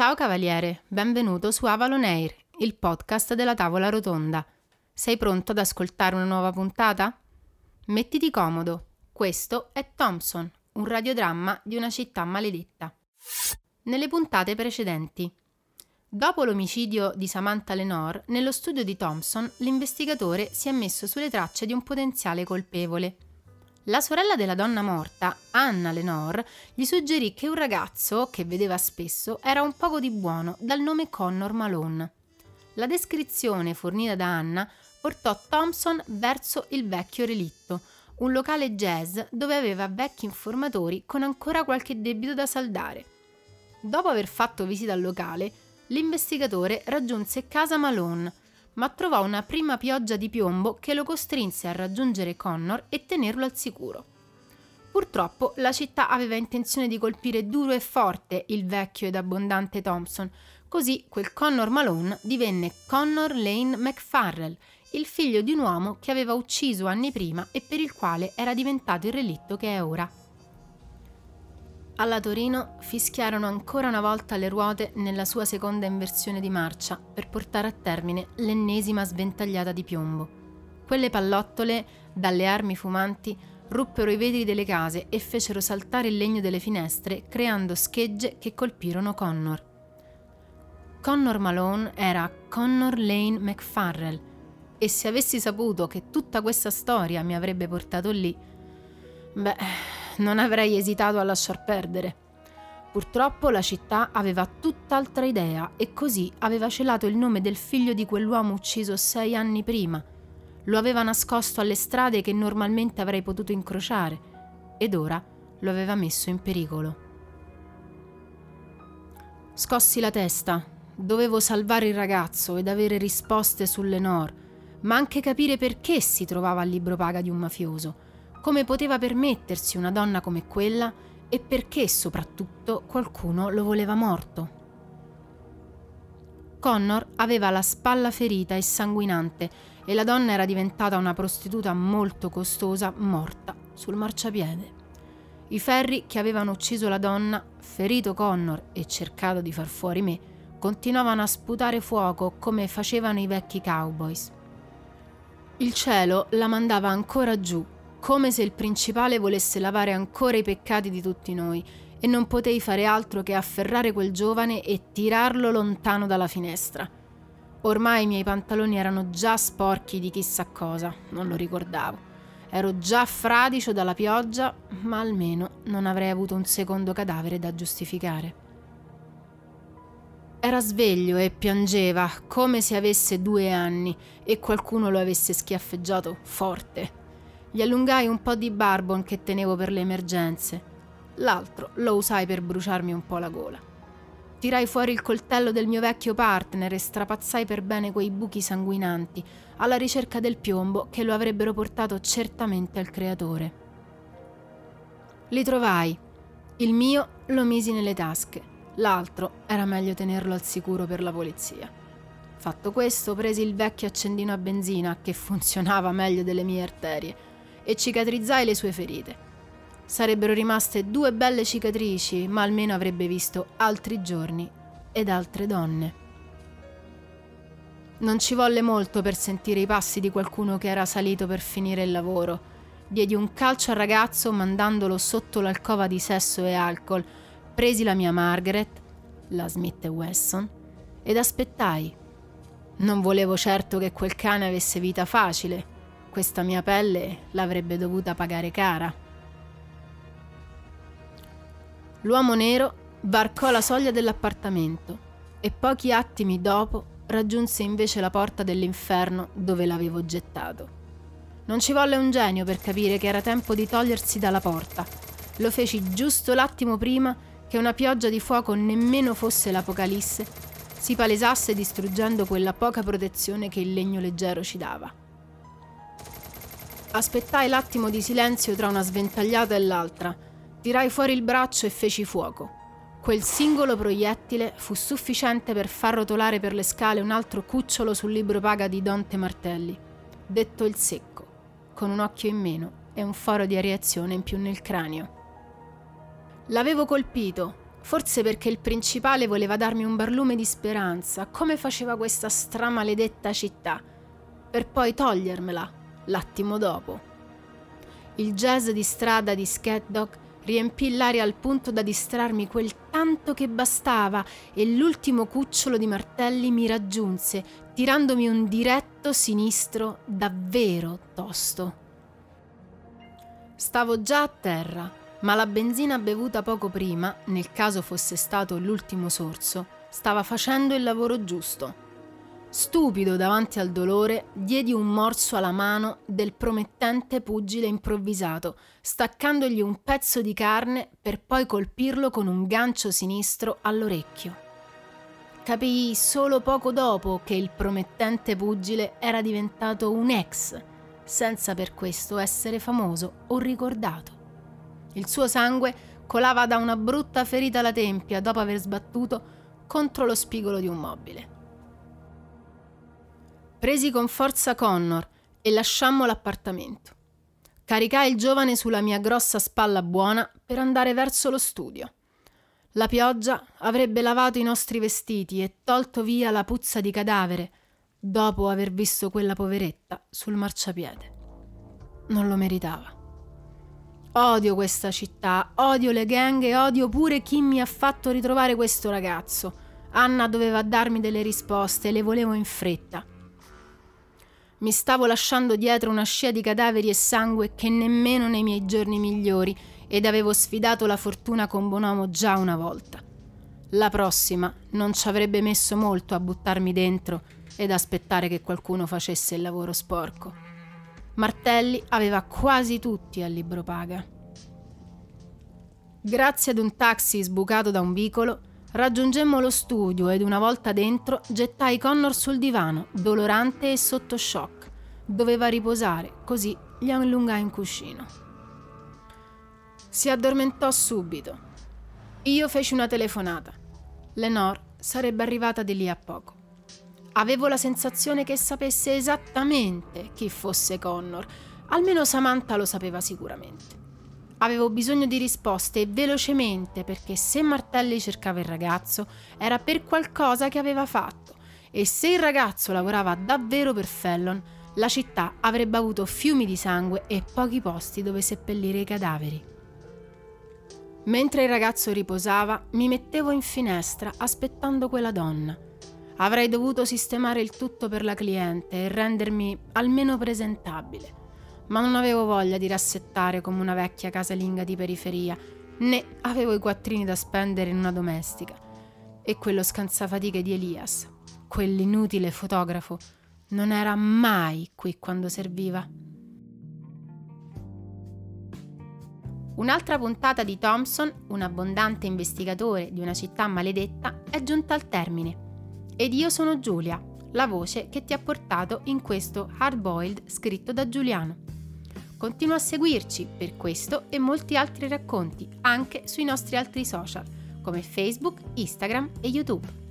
Ciao cavaliere, benvenuto su Avalon Air, il podcast della tavola rotonda. Sei pronto ad ascoltare una nuova puntata? Mettiti comodo, questo è Thompson, un radiodramma di una città maledetta. Nelle puntate precedenti. Dopo l'omicidio di Samantha Lenore, nello studio di Thompson, l'investigatore si è messo sulle tracce di un potenziale colpevole. La sorella della donna morta, Anna Lenore, gli suggerì che un ragazzo, che vedeva spesso, era un poco di buono, dal nome Connor Malone. La descrizione fornita da Anna portò Thompson verso il vecchio relitto, un locale jazz dove aveva vecchi informatori con ancora qualche debito da saldare. Dopo aver fatto visita al locale, l'investigatore raggiunse casa Malone, ma trovò una prima pioggia di piombo che lo costrinse a raggiungere Connor e tenerlo al sicuro. Purtroppo la città aveva intenzione di colpire duro e forte il vecchio ed abbondante Thompson, così quel Connor Malone divenne Connor Lane McFarrell, il figlio di un uomo che aveva ucciso anni prima e per il quale era diventato il relitto che è ora. Alla Torino fischiarono ancora una volta le ruote nella sua seconda inversione di marcia per portare a termine l'ennesima sventagliata di piombo. Quelle pallottole, dalle armi fumanti, ruppero i vetri delle case e fecero saltare il legno delle finestre, creando schegge che colpirono Connor. Connor Malone era Connor Lane McFarrell e se avessi saputo che tutta questa storia mi avrebbe portato lì, non avrei esitato a lasciar perdere. Purtroppo la città aveva tutt'altra idea e così aveva celato il nome del figlio di quell'uomo ucciso 6 anni prima. Lo aveva nascosto alle strade che normalmente avrei potuto incrociare ed ora lo aveva messo in pericolo. Scossi la testa. Dovevo salvare il ragazzo ed avere risposte su Lenore, ma anche capire perché si trovava al libro paga di un mafioso. Come poteva permettersi una donna come quella e perché, soprattutto, qualcuno lo voleva morto. Connor aveva la spalla ferita e sanguinante e la donna era diventata una prostituta molto costosa, morta sul marciapiede. I ferri che avevano ucciso la donna, ferito Connor e cercato di far fuori me, continuavano a sputare fuoco come facevano i vecchi cowboys. Il cielo la mandava ancora giù, come se il principale volesse lavare ancora i peccati di tutti noi, e non potei fare altro che afferrare quel giovane e tirarlo lontano dalla finestra. Ormai i miei pantaloni erano già sporchi di chissà cosa, non lo ricordavo. Ero già fradicio dalla pioggia, ma almeno non avrei avuto un secondo cadavere da giustificare. Era sveglio e piangeva come se avesse 2 anni e qualcuno lo avesse schiaffeggiato forte. Gli allungai un po' di barbon che tenevo per le emergenze. L'altro lo usai per bruciarmi un po' la gola. Tirai fuori il coltello del mio vecchio partner e strapazzai per bene quei buchi sanguinanti, alla ricerca del piombo che lo avrebbero portato certamente al creatore. Li trovai. Il mio lo misi nelle tasche, l'altro era meglio tenerlo al sicuro per la polizia. Fatto questo, presi il vecchio accendino a benzina che funzionava meglio delle mie arterie e cicatrizzai le sue ferite. Sarebbero rimaste 2 belle cicatrici, ma almeno avrebbe visto altri giorni ed altre donne. Non ci volle molto per sentire i passi di qualcuno che era salito per finire il lavoro. Diedi un calcio al ragazzo mandandolo sotto l'alcova di sesso e alcol, presi la mia Margaret, la Smith & Wesson, ed aspettai. Non volevo certo che quel cane avesse vita facile. Questa mia pelle l'avrebbe dovuta pagare cara. L'uomo nero varcò la soglia dell'appartamento e pochi attimi dopo raggiunse invece la porta dell'inferno dove l'avevo gettato. Non ci volle un genio per capire che era tempo di togliersi dalla porta. Lo feci giusto l'attimo prima che una pioggia di fuoco, nemmeno fosse l'apocalisse, si palesasse distruggendo quella poca protezione che il legno leggero ci dava. Aspettai l'attimo di silenzio tra una sventagliata e l'altra, tirai fuori il braccio e feci fuoco. Quel singolo proiettile fu sufficiente per far rotolare per le scale un altro cucciolo sul libro paga di Dante Martelli, detto il secco, con un occhio in meno e un foro di areazione in più nel cranio. L'avevo colpito, Forse perché il principale voleva darmi un barlume di speranza, come faceva questa stramaledetta città, per poi togliermela l'attimo dopo. Il jazz di strada di Scat Dog riempì l'aria al punto da distrarmi quel tanto che bastava e l'ultimo cucciolo di martelli mi raggiunse, tirandomi un diretto sinistro davvero tosto. Stavo già a terra, ma la benzina bevuta poco prima, nel caso fosse stato l'ultimo sorso, stava facendo il lavoro giusto. Stupido davanti al dolore, diedi un morso alla mano del promettente pugile improvvisato, staccandogli un pezzo di carne per poi colpirlo con un gancio sinistro all'orecchio. Capii solo poco dopo che il promettente pugile era diventato un ex, senza per questo essere famoso o ricordato. Il suo sangue colava da una brutta ferita alla tempia dopo aver sbattuto contro lo spigolo di un mobile. Presi con forza Connor e lasciammo l'appartamento. Caricai il giovane sulla mia grossa spalla buona per andare verso lo studio. La pioggia avrebbe lavato i nostri vestiti e tolto via la puzza di cadavere dopo aver visto quella poveretta sul marciapiede. Non lo meritava. Odio questa città, odio le gang e odio pure chi mi ha fatto ritrovare questo ragazzo. Anna doveva darmi delle risposte e le volevo in fretta. Mi stavo lasciando dietro una scia di cadaveri e sangue che nemmeno nei miei giorni migliori ed avevo sfidato la fortuna con Bonomo già una volta. La prossima non ci avrebbe messo molto a buttarmi dentro ed aspettare che qualcuno facesse il lavoro sporco. Martelli aveva quasi tutti al libro paga. Grazie ad un taxi sbucato da un vicolo, raggiungemmo lo studio ed una volta dentro gettai Connor sul divano, dolorante e sotto shock. Doveva riposare, così gli allungai un cuscino. Si addormentò subito. Io feci una telefonata. Lenore sarebbe arrivata di lì a poco. Avevo la sensazione che sapesse esattamente chi fosse Connor, almeno Samantha lo sapeva sicuramente. Avevo bisogno di risposte e velocemente, perché se Martelli cercava il ragazzo era per qualcosa che aveva fatto e se il ragazzo lavorava davvero per Fallon, la città avrebbe avuto fiumi di sangue e pochi posti dove seppellire i cadaveri. Mentre il ragazzo riposava, mi mettevo in finestra aspettando quella donna. Avrei dovuto sistemare il tutto per la cliente e rendermi almeno presentabile. Ma non avevo voglia di rassettare come una vecchia casalinga di periferia, né avevo i quattrini da spendere in una domestica. E quello scansafatiche di Elias, quell'inutile fotografo, non era mai qui quando serviva. Un'altra puntata di Thompson, un abbondante investigatore di una città maledetta, è giunta al termine. Ed io sono Giulia, la voce che ti ha portato in questo Hard Boiled scritto da Giuliano. Continua a seguirci per questo e molti altri racconti anche sui nostri altri social come Facebook, Instagram e YouTube.